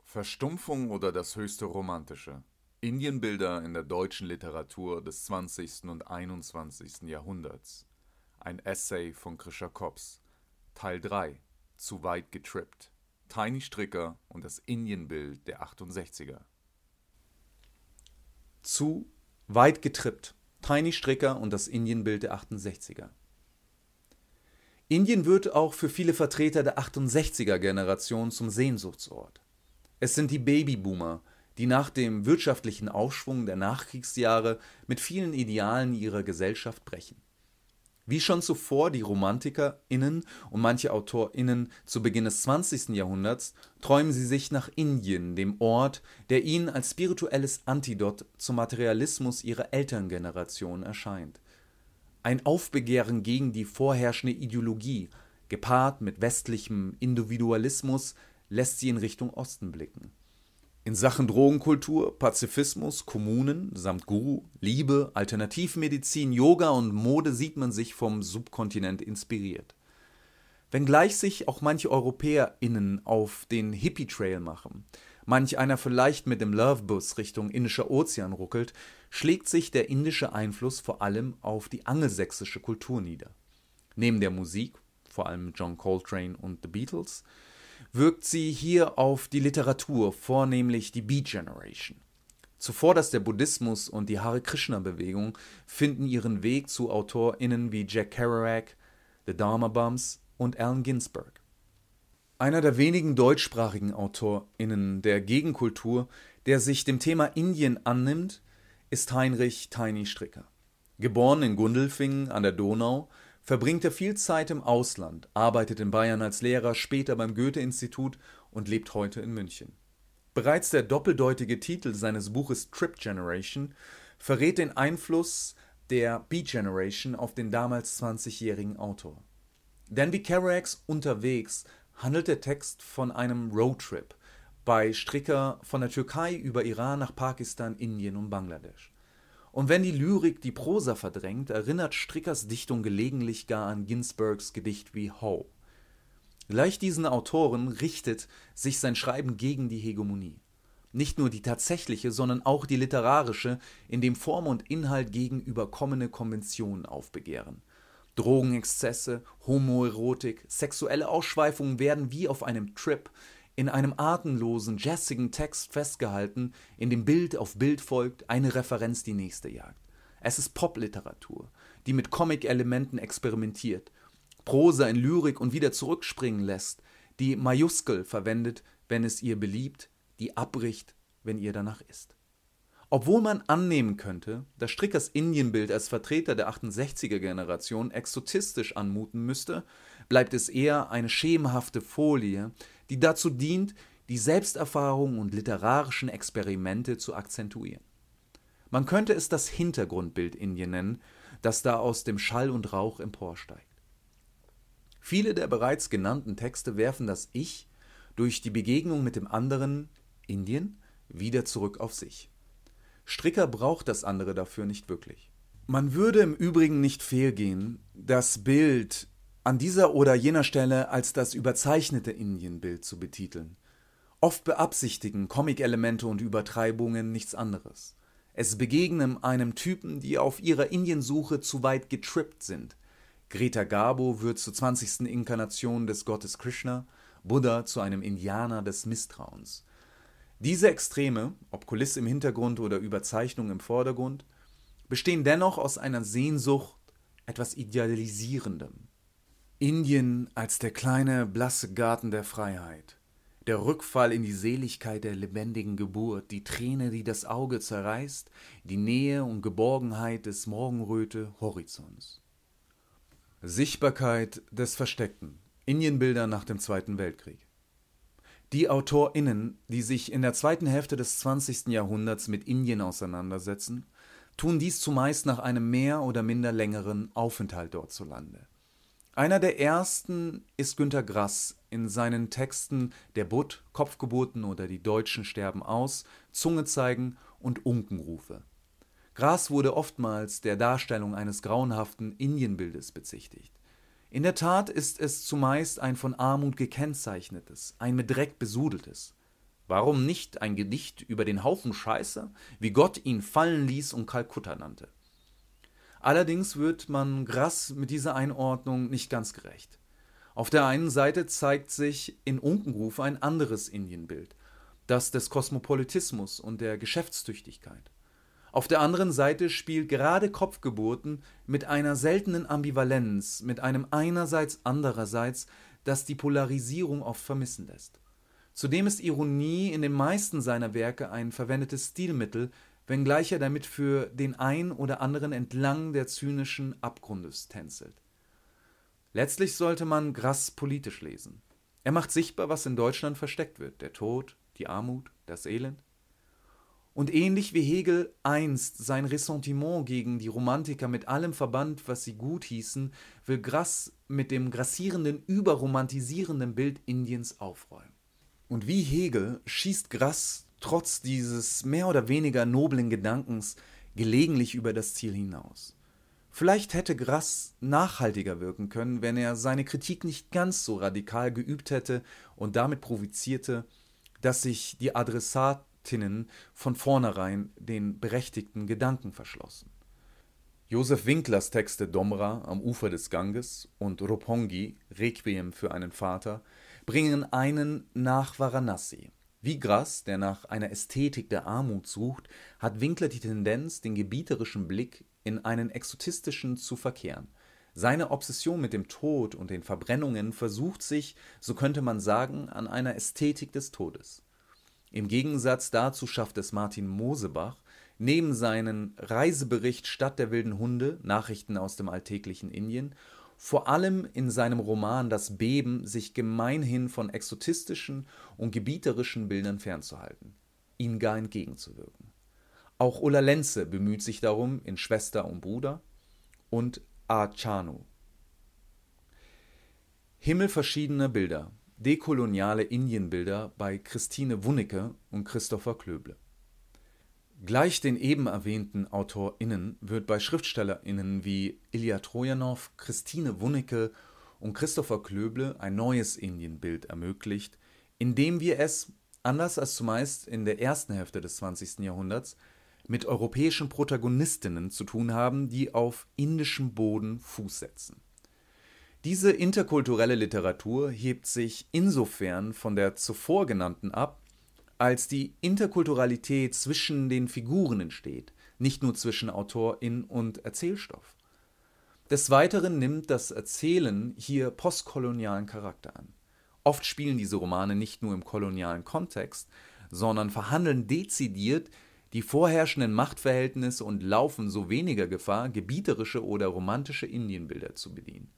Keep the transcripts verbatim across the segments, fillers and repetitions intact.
Verstumpfung oder das höchste Romantische. Indienbilder in der deutschen Literatur des zwanzigsten und einundzwanzigsten Jahrhunderts. Ein Essay von Grisha Kops. Teil drei. Zu weit getrippt. Tiny Stricker und das Indienbild der achtundsechziger. Zu weit getrippt. Tiny Stricker und das Indienbild der achtundsechziger. Indien wird auch für viele Vertreter der achtundsechziger-Generation zum Sehnsuchtsort. Es sind die Babyboomer, die nach dem wirtschaftlichen Aufschwung der Nachkriegsjahre mit vielen Idealen ihrer Gesellschaft brechen. Wie schon zuvor die RomantikerInnen und manche AutorInnen zu Beginn des zwanzigsten Jahrhunderts träumen sie sich nach Indien, dem Ort, der ihnen als spirituelles Antidot zum Materialismus ihrer Elterngeneration erscheint. Ein Aufbegehren gegen die vorherrschende Ideologie, gepaart mit westlichem Individualismus, lässt sie in Richtung Osten blicken. In Sachen Drogenkultur, Pazifismus, Kommunen samt Guru, Liebe, Alternativmedizin, Yoga und Mode sieht man sich vom Subkontinent inspiriert. Wenngleich sich auch manche EuropäerInnen auf den Hippie-Trail machen, manch einer vielleicht mit dem Love-Bus Richtung Indischer Ozean ruckelt, schlägt sich der indische Einfluss vor allem auf die angelsächsische Kultur nieder. Neben der Musik, vor allem John Coltrane und The Beatles, wirkt sie hier auf die Literatur, vornehmlich die Beat Generation. Zuvorderst der Buddhismus und die Hare-Krishna-Bewegung finden ihren Weg zu AutorInnen wie Jack Kerouac, The Dharma Bums und Allen Ginsberg. Einer der wenigen deutschsprachigen AutorInnen der Gegenkultur, der sich dem Thema Indien annimmt, ist Heinrich Tiny Stricker. Geboren in Gundelfingen an der Donau, verbringt er viel Zeit im Ausland, arbeitet in Bayern als Lehrer, später beim Goethe-Institut und lebt heute in München. Bereits der doppeldeutige Titel seines Buches Trip Generation verrät den Einfluss der Beat Generation auf den damals zwanzigjährigen Autor. Denn wie Kerouacs Unterwegs handelt der Text von einem Roadtrip, bei Stricker von der Türkei über Iran nach Pakistan, Indien und Bangladesch. Und wenn die Lyrik die Prosa verdrängt, erinnert Strickers Dichtung gelegentlich gar an Ginsbergs Gedicht wie Ho. Gleich diesen Autoren richtet sich sein Schreiben gegen die Hegemonie. Nicht nur die tatsächliche, sondern auch die literarische, in dem Form und Inhalt gegen überkommene Konventionen aufbegehren. Drogenexzesse, Homoerotik, sexuelle Ausschweifungen werden wie auf einem Trip in einem atemlosen, jazzigen Text festgehalten, in dem Bild auf Bild folgt, eine Referenz die nächste jagt. Es ist Popliteratur, die mit Comic-Elementen experimentiert, Prosa in Lyrik und wieder zurückspringen lässt, die Majuskel verwendet, wenn es ihr beliebt, die abbricht, wenn ihr danach ist. Obwohl man annehmen könnte, dass Strickers Indienbild als Vertreter der achtundsechziger-Generation exotistisch anmuten müsste, bleibt es eher eine schemenhafte Folie, die dazu dient, die Selbsterfahrung und literarischen Experimente zu akzentuieren. Man könnte es das Hintergrundbild Indien nennen, das da aus dem Schall und Rauch emporsteigt. Viele der bereits genannten Texte werfen das Ich durch die Begegnung mit dem anderen, Indien, wieder zurück auf sich. Stricker braucht das andere dafür nicht wirklich. Man würde im Übrigen nicht fehlgehen, das Bild an dieser oder jener Stelle als das überzeichnete Indienbild zu betiteln. Oft beabsichtigen Comic-Elemente und Übertreibungen nichts anderes. Es begegnen einem Typen, die auf ihrer Indiensuche zu weit getrippt sind. Greta Garbo wird zur zwanzigsten Inkarnation des Gottes Krishna, Buddha zu einem Indianer des Misstrauens. Diese Extreme, ob Kulisse im Hintergrund oder Überzeichnung im Vordergrund, bestehen dennoch aus einer Sehnsucht, etwas Idealisierendem. Indien als der kleine, blasse Garten der Freiheit, der Rückfall in die Seligkeit der lebendigen Geburt, die Träne, die das Auge zerreißt, die Nähe und Geborgenheit des Morgenröte Horizonts. Sichtbarkeit des Versteckten. Indienbilder nach dem Zweiten Weltkrieg. Die AutorInnen, die sich in der zweiten Hälfte des zwanzigsten Jahrhunderts mit Indien auseinandersetzen, tun dies zumeist nach einem mehr oder minder längeren Aufenthalt dortzulande. Einer der ersten ist Günter Grass in seinen Texten Der Butt, Kopfgeburten oder Die Deutschen sterben aus, Zunge zeigen und Unkenrufe. Grass wurde oftmals der Darstellung eines grauenhaften Indienbildes bezichtigt. In der Tat ist es zumeist ein von Armut gekennzeichnetes, ein mit Dreck besudeltes. Warum nicht ein Gedicht über den Haufen Scheiße, wie Gott ihn fallen ließ und Kalkutta nannte? Allerdings wird man Grass mit dieser Einordnung nicht ganz gerecht. Auf der einen Seite zeigt sich in Unkenrufe ein anderes Indienbild, das des Kosmopolitismus und der Geschäftstüchtigkeit. Auf der anderen Seite spielt gerade Kopfgeburten mit einer seltenen Ambivalenz, mit einem einerseits andererseits, das die Polarisierung oft vermissen lässt. Zudem ist Ironie in den meisten seiner Werke ein verwendetes Stilmittel, wenngleich er damit für den ein oder anderen entlang der zynischen Abgrundes tänzelt. Letztlich sollte man Grass politisch lesen. Er macht sichtbar, was in Deutschland versteckt wird: der Tod, die Armut, das Elend. Und ähnlich wie Hegel einst sein Ressentiment gegen die Romantiker mit allem verband, was sie gut hießen, will Grass mit dem grassierenden, überromantisierenden Bild Indiens aufräumen. Und wie Hegel schießt Grass trotz dieses mehr oder weniger noblen Gedankens gelegentlich über das Ziel hinaus. Vielleicht hätte Grass nachhaltiger wirken können, wenn er seine Kritik nicht ganz so radikal geübt hätte und damit provozierte, dass sich die Adressatinnen von vornherein den berechtigten Gedanken verschlossen. Josef Winklers Texte Domra am Ufer des Ganges und Roppongi Requiem für einen Vater bringen einen nach Varanasi. Wie Grass, der nach einer Ästhetik der Armut sucht, hat Winkler die Tendenz, den gebieterischen Blick in einen exotistischen zu verkehren. Seine Obsession mit dem Tod und den Verbrennungen versucht sich, so könnte man sagen, an einer Ästhetik des Todes. Im Gegensatz dazu schafft es Martin Mosebach, neben seinen Reisebericht Stadt der wilden Hunde, Nachrichten aus dem alltäglichen Indien, vor allem in seinem Roman Das Beben sich gemeinhin von exotistischen und gebieterischen Bildern fernzuhalten, ihnen gar entgegenzuwirken. Auch Ulla Lenze bemüht sich darum in Schwester und Bruder und Achanu. Himmel verschiedener Bilder, dekoloniale Indienbilder bei Christine Wunnecke und Christopher Klöble. Gleich den eben erwähnten AutorInnen wird bei SchriftstellerInnen wie Ilja Trojanow, Christine Wunnecke und Christopher Klöble ein neues Indienbild ermöglicht, indem wir es, anders als zumeist in der ersten Hälfte des zwanzigsten Jahrhunderts, mit europäischen Protagonistinnen zu tun haben, die auf indischem Boden Fuß setzen. Diese interkulturelle Literatur hebt sich insofern von der zuvor genannten ab, als die Interkulturalität zwischen den Figuren entsteht, nicht nur zwischen Autorin und Erzählstoff. Des Weiteren nimmt das Erzählen hier postkolonialen Charakter an. Oft spielen diese Romane nicht nur im kolonialen Kontext, sondern verhandeln dezidiert die vorherrschenden Machtverhältnisse und laufen so weniger Gefahr, gebieterische oder romantische Indienbilder zu bedienen.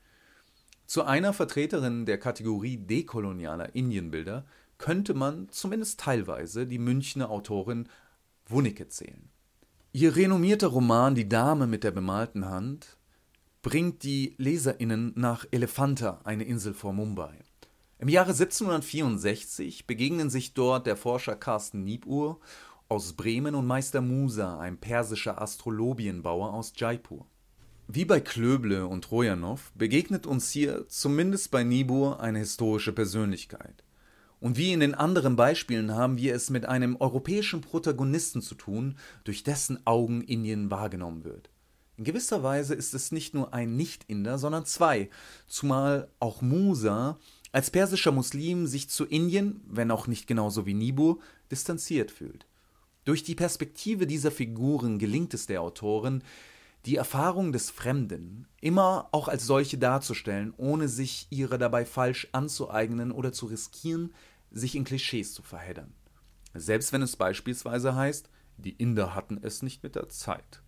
Zu einer Vertreterin der Kategorie dekolonialer Indienbilder könnte man zumindest teilweise die Münchner Autorin Wunnecke zählen. Ihr renommierter Roman Die Dame mit der bemalten Hand bringt die LeserInnen nach Elephanta, eine Insel vor Mumbai. Im Jahre siebzehnhundertvierundsechzig begegnen sich dort der Forscher Carsten Niebuhr aus Bremen und Meister Musa, ein persischer Astrolabienbauer aus Jaipur. Wie bei Klöble und Trojanow begegnet uns hier zumindest bei Niebuhr eine historische Persönlichkeit. Und wie in den anderen Beispielen haben wir es mit einem europäischen Protagonisten zu tun, durch dessen Augen Indien wahrgenommen wird. In gewisser Weise ist es nicht nur ein Nicht-Inder, sondern zwei, zumal auch Musa als persischer Muslim sich zu Indien, wenn auch nicht genauso wie Niebuhr, distanziert fühlt. Durch die Perspektive dieser Figuren gelingt es der Autorin, die Erfahrung des Fremden immer auch als solche darzustellen, ohne sich ihre dabei falsch anzueignen oder zu riskieren, sich in Klischees zu verheddern. Selbst wenn es beispielsweise heißt, die Inder hatten es nicht mit der Zeit.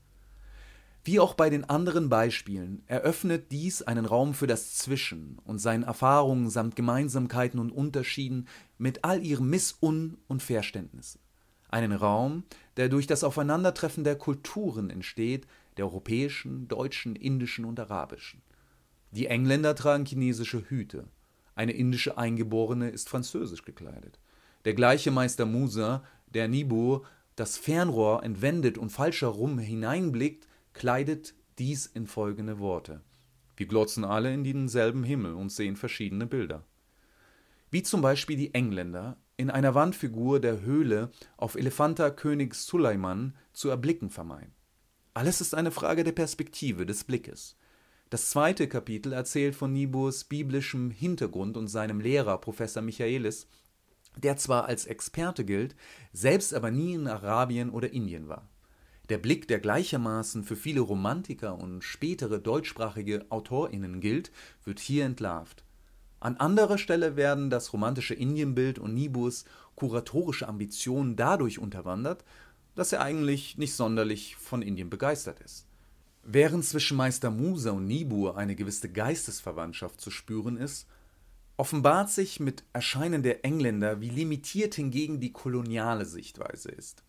Wie auch bei den anderen Beispielen eröffnet dies einen Raum für das Zwischen und seinen Erfahrungen samt Gemeinsamkeiten und Unterschieden mit all ihren Missun- und Verständnissen. Einen Raum, der durch das Aufeinandertreffen der Kulturen entsteht, der europäischen, deutschen, indischen und arabischen. Die Engländer tragen chinesische Hüte, eine indische Eingeborene ist französisch gekleidet. Der gleiche Meister Musa, der Niebuhr das Fernrohr entwendet und falsch herum hineinblickt, kleidet dies in folgende Worte: Wir glotzen alle in denselben Himmel und sehen verschiedene Bilder. Wie zum Beispiel die Engländer in einer Wandfigur der Höhle auf Elephanta König Suleiman zu erblicken vermeinen. Alles ist eine Frage der Perspektive, des Blickes. Das zweite Kapitel erzählt von Niebuhrs biblischem Hintergrund und seinem Lehrer Professor Michaelis, der zwar als Experte gilt, selbst aber nie in Arabien oder Indien war. Der Blick, der gleichermaßen für viele Romantiker und spätere deutschsprachige AutorInnen gilt, wird hier entlarvt. An anderer Stelle werden das romantische Indienbild und Niebuhrs kuratorische Ambitionen dadurch unterwandert, dass er eigentlich nicht sonderlich von Indien begeistert ist. Während zwischen Meister Musa und Niebuhr eine gewisse Geistesverwandtschaft zu spüren ist, offenbart sich mit Erscheinen der Engländer, wie limitiert hingegen die koloniale Sichtweise ist.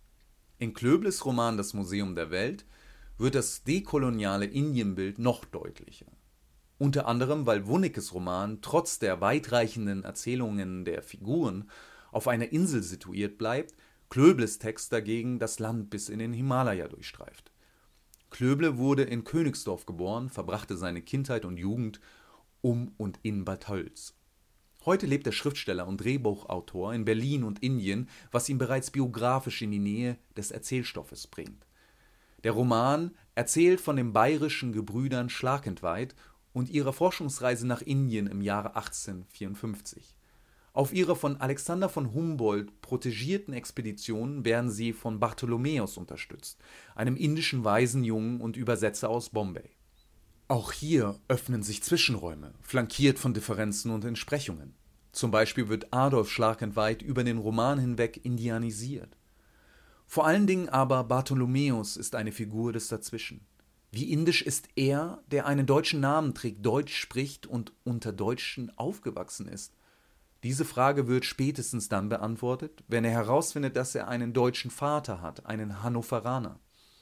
In Klöbles Roman Das Museum der Welt wird das dekoloniale Indienbild noch deutlicher. Unter anderem, weil Wunnekes Roman trotz der weitreichenden Erzählungen der Figuren auf einer Insel situiert bleibt, Klöbles Text dagegen das Land bis in den Himalaya durchstreift. Klöble wurde in Königsdorf geboren, verbrachte seine Kindheit und Jugend um und in Bad Tölz. Heute lebt der Schriftsteller und Drehbuchautor in Berlin und Indien, was ihn bereits biografisch in die Nähe des Erzählstoffes bringt. Der Roman erzählt von den bayerischen Gebrüdern Schlakentweit und ihrer Forschungsreise nach Indien im Jahre achtzehnhundertvierundfünfzig. Auf ihrer von Alexander von Humboldt protegierten Expedition werden sie von Bartholomäus unterstützt, einem indischen Waisenjungen und Übersetzer aus Bombay. Auch hier öffnen sich Zwischenräume, flankiert von Differenzen und Entsprechungen. Zum Beispiel wird Adolf Schlakentweit über den Roman hinweg indianisiert. Vor allen Dingen aber Bartholomäus ist eine Figur des Dazwischen. Wie indisch ist er, der einen deutschen Namen trägt, Deutsch spricht und unter Deutschen aufgewachsen ist? Diese Frage wird spätestens dann beantwortet, wenn er herausfindet, dass er einen deutschen Vater hat, einen Hannoveraner.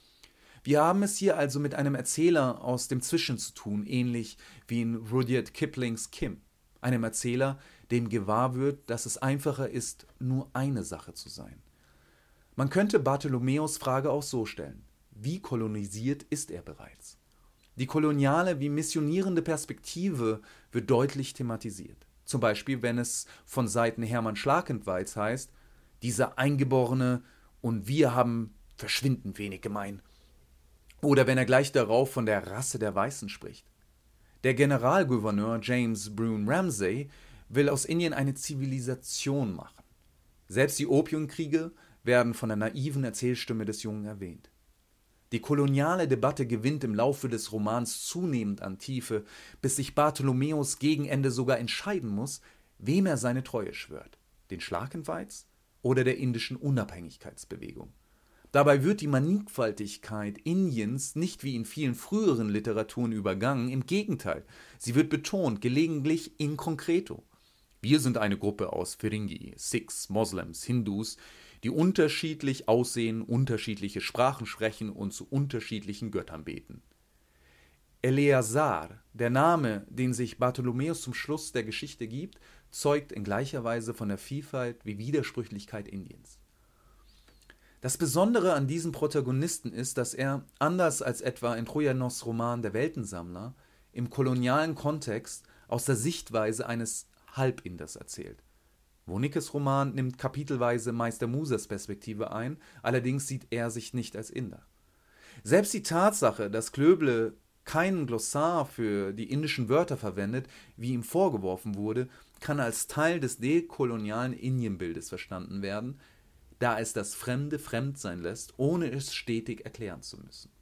Wir haben es hier also mit einem Erzähler aus dem Zwischen zu tun, ähnlich wie in Rudyard Kiplings Kim, einem Erzähler, dem gewahr wird, dass es einfacher ist, nur eine Sache zu sein. Man könnte Bartholomäus' Frage auch so stellen: Wie kolonisiert ist er bereits? Die koloniale wie missionierende Perspektive wird deutlich thematisiert. Zum Beispiel, wenn es von Seiten Hermann Schlakentweits heißt, dieser Eingeborene und wir haben verschwindend wenig gemein. Oder wenn er gleich darauf von der Rasse der Weißen spricht. Der Generalgouverneur James Brune Ramsay will aus Indien eine Zivilisation machen. Selbst die Opiumkriege werden von der naiven Erzählstimme des Jungen erwähnt. Die koloniale Debatte gewinnt im Laufe des Romans zunehmend an Tiefe, bis sich Bartholomäus gegen Ende sogar entscheiden muss, wem er seine Treue schwört: den Schlakentweits oder der indischen Unabhängigkeitsbewegung. Dabei wird die Mannigfaltigkeit Indiens nicht wie in vielen früheren Literaturen übergangen, im Gegenteil, sie wird betont, gelegentlich in concreto. Wir sind eine Gruppe aus Feringhi, Sikhs, Moslems, Hindus, die unterschiedlich aussehen, unterschiedliche Sprachen sprechen und zu unterschiedlichen Göttern beten. Eleazar, der Name, den sich Bartholomäus zum Schluss der Geschichte gibt, zeugt in gleicher Weise von der Vielfalt wie Widersprüchlichkeit Indiens. Das Besondere an diesem Protagonisten ist, dass er, anders als etwa in Trojanos Roman Der Weltensammler, im kolonialen Kontext aus der Sichtweise eines Halbinders erzählt. Wunnekes Roman nimmt kapitelweise Meister Musas Perspektive ein, allerdings sieht er sich nicht als Inder. Selbst die Tatsache, dass Klöble keinen Glossar für die indischen Wörter verwendet, wie ihm vorgeworfen wurde, kann als Teil des dekolonialen Indienbildes verstanden werden, da es das Fremde fremd sein lässt, ohne es stetig erklären zu müssen.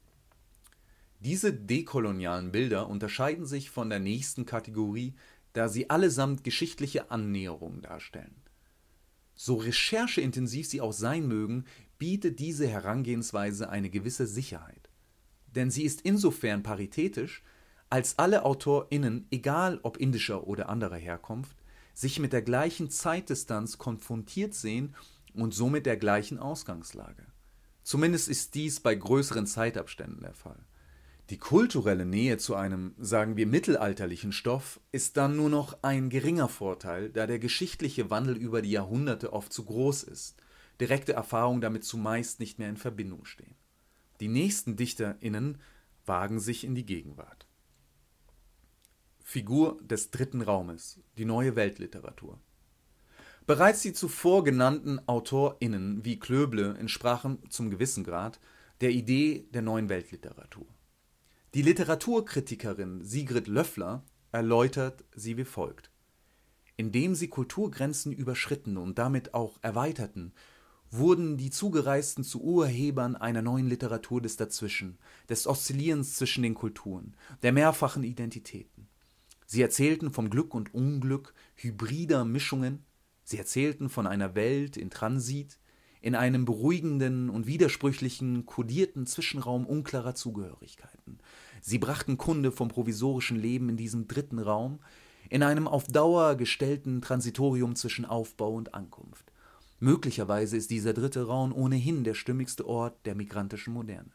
Diese dekolonialen Bilder unterscheiden sich von der nächsten Kategorie, da sie allesamt geschichtliche Annäherungen darstellen. So rechercheintensiv sie auch sein mögen, bietet diese Herangehensweise eine gewisse Sicherheit. Denn sie ist insofern paritätisch, als alle AutorInnen, egal ob indischer oder anderer Herkunft, sich mit der gleichen Zeitdistanz konfrontiert sehen und somit der gleichen Ausgangslage. Zumindest ist dies bei größeren Zeitabständen der Fall. Die kulturelle Nähe zu einem, sagen wir, mittelalterlichen Stoff ist dann nur noch ein geringer Vorteil, da der geschichtliche Wandel über die Jahrhunderte oft zu groß ist, direkte Erfahrungen damit zumeist nicht mehr in Verbindung stehen. Die nächsten DichterInnen wagen sich in die Gegenwart. Figur des dritten Raumes, die neue Weltliteratur. Bereits die zuvor genannten AutorInnen wie Klöble entsprachen zum gewissen Grad der Idee der neuen Weltliteratur. Die Literaturkritikerin Sigrid Löffler erläutert sie wie folgt: Indem sie Kulturgrenzen überschritten und damit auch erweiterten, wurden die Zugereisten zu Urhebern einer neuen Literatur des Dazwischen, des Oszillierens zwischen den Kulturen, der mehrfachen Identitäten. Sie erzählten vom Glück und Unglück hybrider Mischungen, sie erzählten von einer Welt in Transit, in einem beruhigenden und widersprüchlichen, kodierten Zwischenraum unklarer Zugehörigkeiten. Sie brachten Kunde vom provisorischen Leben in diesem dritten Raum, in einem auf Dauer gestellten Transitorium zwischen Aufbau und Ankunft. Möglicherweise ist dieser dritte Raum ohnehin der stimmigste Ort der migrantischen Moderne.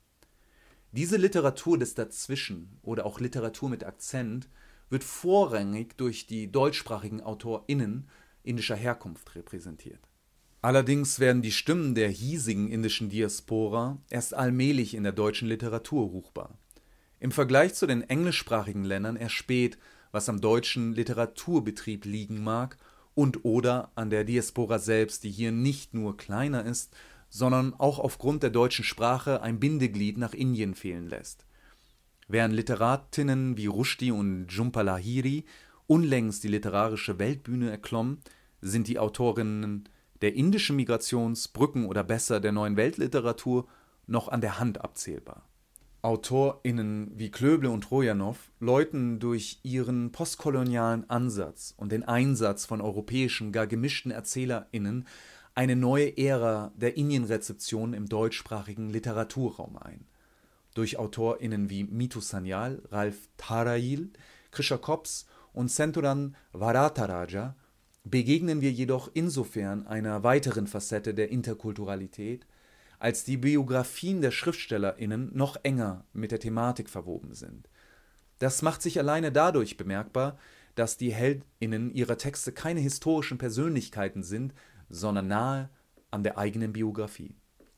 Diese Literatur des Dazwischen oder auch Literatur mit Akzent wird vorrangig durch die deutschsprachigen AutorInnen indischer Herkunft repräsentiert. Allerdings werden die Stimmen der hiesigen indischen Diaspora erst allmählich in der deutschen Literatur ruchbar. Im Vergleich zu den englischsprachigen Ländern erst spät, was am deutschen Literaturbetrieb liegen mag und oder an der Diaspora selbst, die hier nicht nur kleiner ist, sondern auch aufgrund der deutschen Sprache ein Bindeglied nach Indien fehlen lässt. Während Literatinnen wie Rushdie und Jhumpa Lahiri unlängst die literarische Weltbühne erklommen, sind die Autorinnen der indischen Migrationsbrücken oder besser der neuen Weltliteratur noch an der Hand abzählbar. AutorInnen wie Klöble und Trojanow läuten durch ihren postkolonialen Ansatz und den Einsatz von europäischen, gar gemischten ErzählerInnen eine neue Ära der Indienrezeption im deutschsprachigen Literaturraum ein. Durch AutorInnen wie Mitu Sanyal, Ralph Tarail, Krisha Kops und Senturan Varadaraja begegnen wir jedoch insofern einer weiteren Facette der Interkulturalität, als die Biografien der SchriftstellerInnen noch enger mit der Thematik verwoben sind. Das macht sich alleine dadurch bemerkbar, dass die HeldInnen ihrer Texte keine historischen Persönlichkeiten sind, sondern nahe an der eigenen Biografie.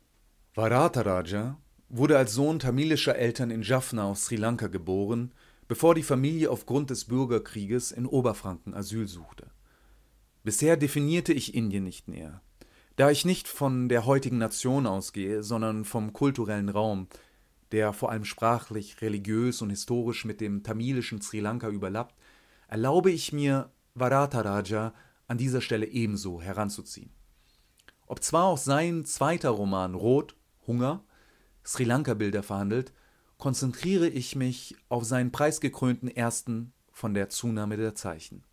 Varadaraja wurde als Sohn tamilischer Eltern in Jaffna auf Sri Lanka geboren, bevor die Familie aufgrund des Bürgerkrieges in Oberfranken Asyl suchte. Bisher definierte ich Indien nicht näher. Da ich nicht von der heutigen Nation ausgehe, sondern vom kulturellen Raum, der vor allem sprachlich, religiös und historisch mit dem tamilischen Sri Lanka überlappt, erlaube ich mir, Varadaraja an dieser Stelle ebenso heranzuziehen. Ob zwar auch sein zweiter Roman Rot, Hunger, Sri Lanka-Bilder verhandelt, konzentriere ich mich auf seinen preisgekrönten ersten Von der Zunahme der Zeichen.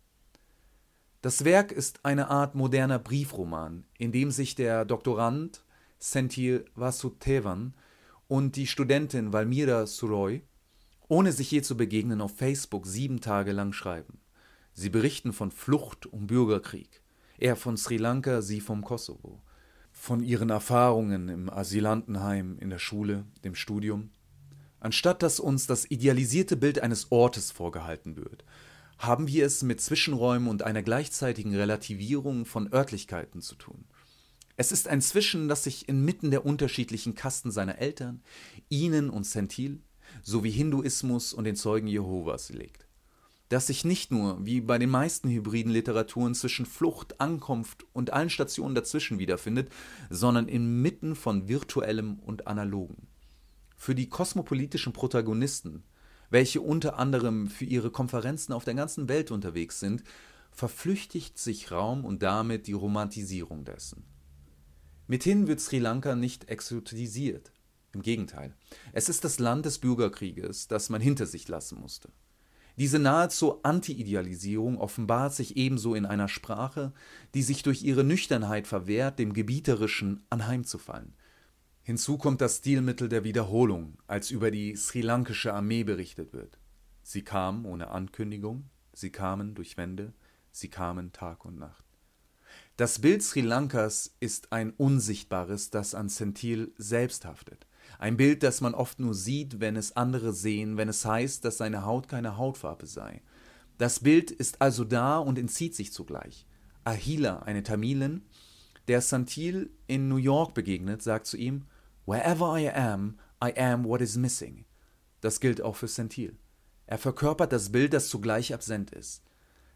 Das Werk ist eine Art moderner Briefroman, in dem sich der Doktorand Senthil Vasudevan und die Studentin Valmira Suroy, ohne sich je zu begegnen, auf Facebook sieben Tage lang schreiben. Sie berichten von Flucht und Bürgerkrieg, er von Sri Lanka, sie vom Kosovo, von ihren Erfahrungen im Asylantenheim, in der Schule, dem Studium. Anstatt dass uns das idealisierte Bild eines Ortes vorgehalten wird, haben wir es mit Zwischenräumen und einer gleichzeitigen Relativierung von Örtlichkeiten zu tun. Es ist ein Zwischen, das sich inmitten der unterschiedlichen Kasten seiner Eltern, ihnen und Senthil, sowie Hinduismus und den Zeugen Jehovas legt. Das sich nicht nur, wie bei den meisten hybriden Literaturen, zwischen Flucht, Ankunft und allen Stationen dazwischen wiederfindet, sondern inmitten von Virtuellem und Analogem. Für die kosmopolitischen Protagonisten, welche unter anderem für ihre Konferenzen auf der ganzen Welt unterwegs sind, verflüchtigt sich Raum und damit die Romantisierung dessen. Mithin wird Sri Lanka nicht exotisiert. Im Gegenteil, es ist das Land des Bürgerkrieges, das man hinter sich lassen musste. Diese nahezu Anti-Idealisierung offenbart sich ebenso in einer Sprache, die sich durch ihre Nüchternheit verwehrt, dem Gebieterischen anheimzufallen. Hinzu kommt das Stilmittel der Wiederholung, als über die sri-lankische Armee berichtet wird. Sie kamen ohne Ankündigung, sie kamen durch Wände, sie kamen Tag und Nacht. Das Bild Sri Lankas ist ein unsichtbares, das an Senthil selbst haftet. Ein Bild, das man oft nur sieht, wenn es andere sehen, wenn es heißt, dass seine Haut keine Hautfarbe sei. Das Bild ist also da und entzieht sich zugleich. Ahila, eine Tamilin, der Senthil in New York begegnet, sagt zu ihm: "Wherever I am, I am what is missing." Das gilt auch für Senthil. Er verkörpert das Bild, das zugleich absent ist.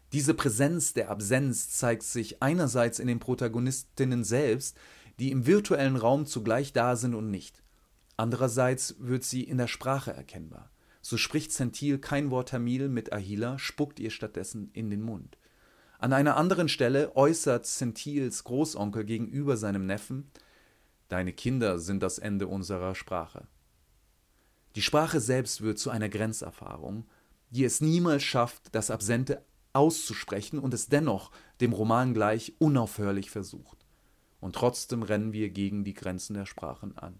Diese Präsenz der Absenz zeigt sich einerseits in den Protagonistinnen selbst, die im virtuellen Raum zugleich da sind und nicht. Andererseits wird sie in der Sprache erkennbar. So spricht Zentil kein Wort Tamil mit Ahila, spuckt ihr stattdessen in den Mund. An einer anderen Stelle äußert Zentils Großonkel gegenüber seinem Neffen: »Deine Kinder sind das Ende unserer Sprache.« Die Sprache selbst wird zu einer Grenzerfahrung, die es niemals schafft, das Absente auszusprechen und es dennoch dem Roman gleich unaufhörlich versucht. Und trotzdem rennen wir gegen die Grenzen der Sprachen an.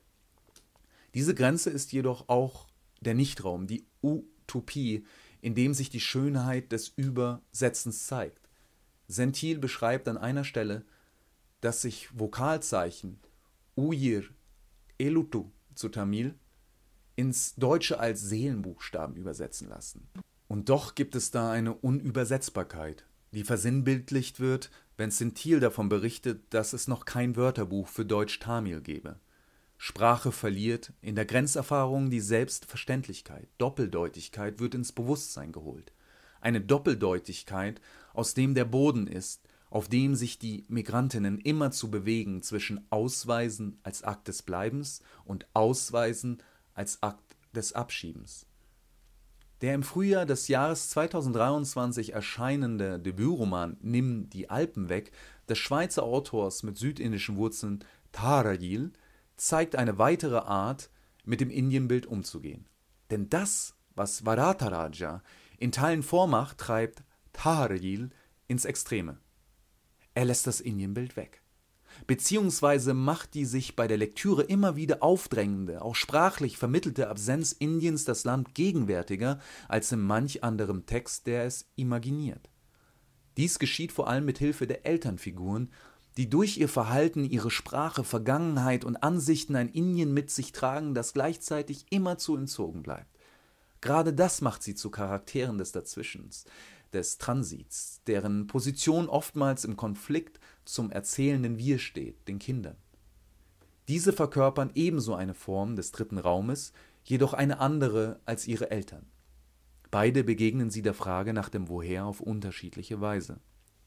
Diese Grenze ist jedoch auch der Nichtraum, die Utopie, in dem sich die Schönheit des Übersetzens zeigt. Zentil beschreibt an einer Stelle, dass sich Vokalzeichen Uyir, Elutu zu Tamil ins Deutsche als Seelenbuchstaben übersetzen lassen. Und doch gibt es da eine Unübersetzbarkeit, die versinnbildlicht wird, wenn Zentil davon berichtet, dass es noch kein Wörterbuch für Deutsch-Tamil gebe. Sprache verliert in der Grenzerfahrung die Selbstverständlichkeit, Doppeldeutigkeit wird ins Bewusstsein geholt. Eine Doppeldeutigkeit, aus dem der Boden ist, auf dem sich die Migrantinnen immer zu bewegen zwischen Ausweisen als Akt des Bleibens und Ausweisen als Akt des Abschiebens. Der im Frühjahr des Jahres zweitausenddreiundzwanzig erscheinende Debütroman Nimm die Alpen weg des Schweizer Autors mit südindischen Wurzeln Tahrayil zeigt eine weitere Art, mit dem Indienbild umzugehen. Denn das, was Varadaraja in Teilen vormacht, treibt Tahrayil ins Extreme. Er lässt das Indienbild weg. Beziehungsweise macht die sich bei der Lektüre immer wieder aufdrängende, auch sprachlich vermittelte Absenz Indiens das Land gegenwärtiger als in manch anderem Text, der es imaginiert. Dies geschieht vor allem mit Hilfe der Elternfiguren, die durch ihr Verhalten, ihre Sprache, Vergangenheit und Ansichten ein Indien mit sich tragen, das gleichzeitig immerzu entzogen bleibt. Gerade das macht sie zu Charakteren des Dazwischens, des Transits, deren Position oftmals im Konflikt zum erzählenden Wir steht, den Kindern. Diese verkörpern ebenso eine Form des dritten Raumes, jedoch eine andere als ihre Eltern. Beide begegnen sie der Frage nach dem Woher auf unterschiedliche Weise.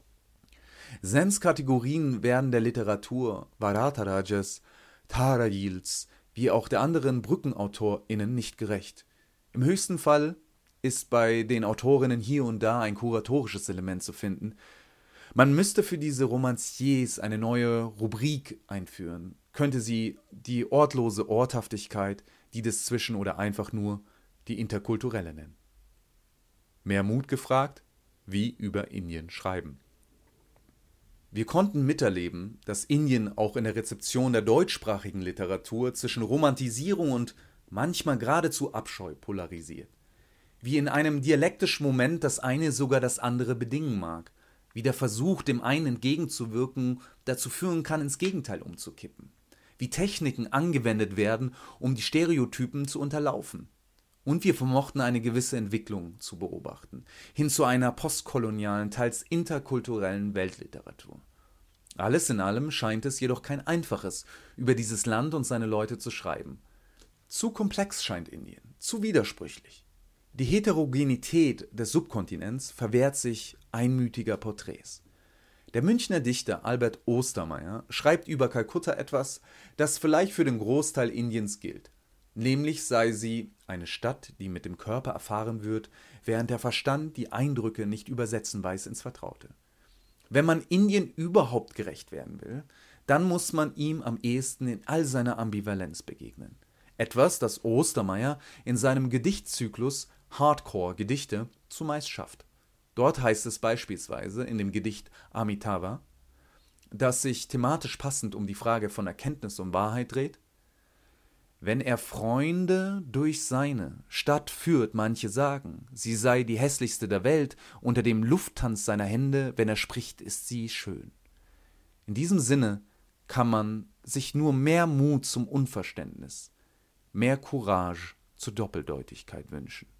Sens Kategorien werden der Literatur Varadarajas, Tahrayils, wie auch der anderen BrückenautorInnen nicht gerecht. Im höchsten Fall ist bei den Autorinnen hier und da ein kuratorisches Element zu finden. Man müsste für diese Romanciers eine neue Rubrik einführen, könnte sie die ortlose Orthaftigkeit, die des Zwischen oder einfach nur die interkulturelle nennen. Mehr Mut gefragt, wie über Indien schreiben. Wir konnten miterleben, dass Indien auch in der Rezeption der deutschsprachigen Literatur zwischen Romantisierung und manchmal geradezu Abscheu polarisiert. Wie in einem dialektischen Moment das eine sogar das andere bedingen mag, wie der Versuch, dem einen entgegenzuwirken, dazu führen kann, ins Gegenteil umzukippen, wie Techniken angewendet werden, um die Stereotypen zu unterlaufen. Und wir vermochten eine gewisse Entwicklung zu beobachten, hin zu einer postkolonialen, teils interkulturellen Weltliteratur. Alles in allem scheint es jedoch kein einfaches, über dieses Land und seine Leute zu schreiben. Zu komplex scheint Indien, zu widersprüchlich. Die Heterogenität des Subkontinents verwehrt sich einmütiger Porträts. Der Münchner Dichter Albert Ostermeyer schreibt über Kalkutta etwas, das vielleicht für den Großteil Indiens gilt. Nämlich sei sie eine Stadt, die mit dem Körper erfahren wird, während der Verstand die Eindrücke nicht übersetzen weiß ins Vertraute. Wenn man Indien überhaupt gerecht werden will, dann muss man ihm am ehesten in all seiner Ambivalenz begegnen. Etwas, das Ostermeyer in seinem Gedichtzyklus Hardcore-Gedichte zumeist schafft. Dort heißt es beispielsweise in dem Gedicht Amitabha, das sich thematisch passend um die Frage von Erkenntnis und Wahrheit dreht: Wenn er Freunde durch seine Stadt führt, manche sagen, sie sei die hässlichste der Welt, unter dem Lufttanz seiner Hände, wenn er spricht, ist sie schön. In diesem Sinne kann man sich nur mehr Mut zum Unverständnis, mehr Courage zur Doppeldeutigkeit wünschen.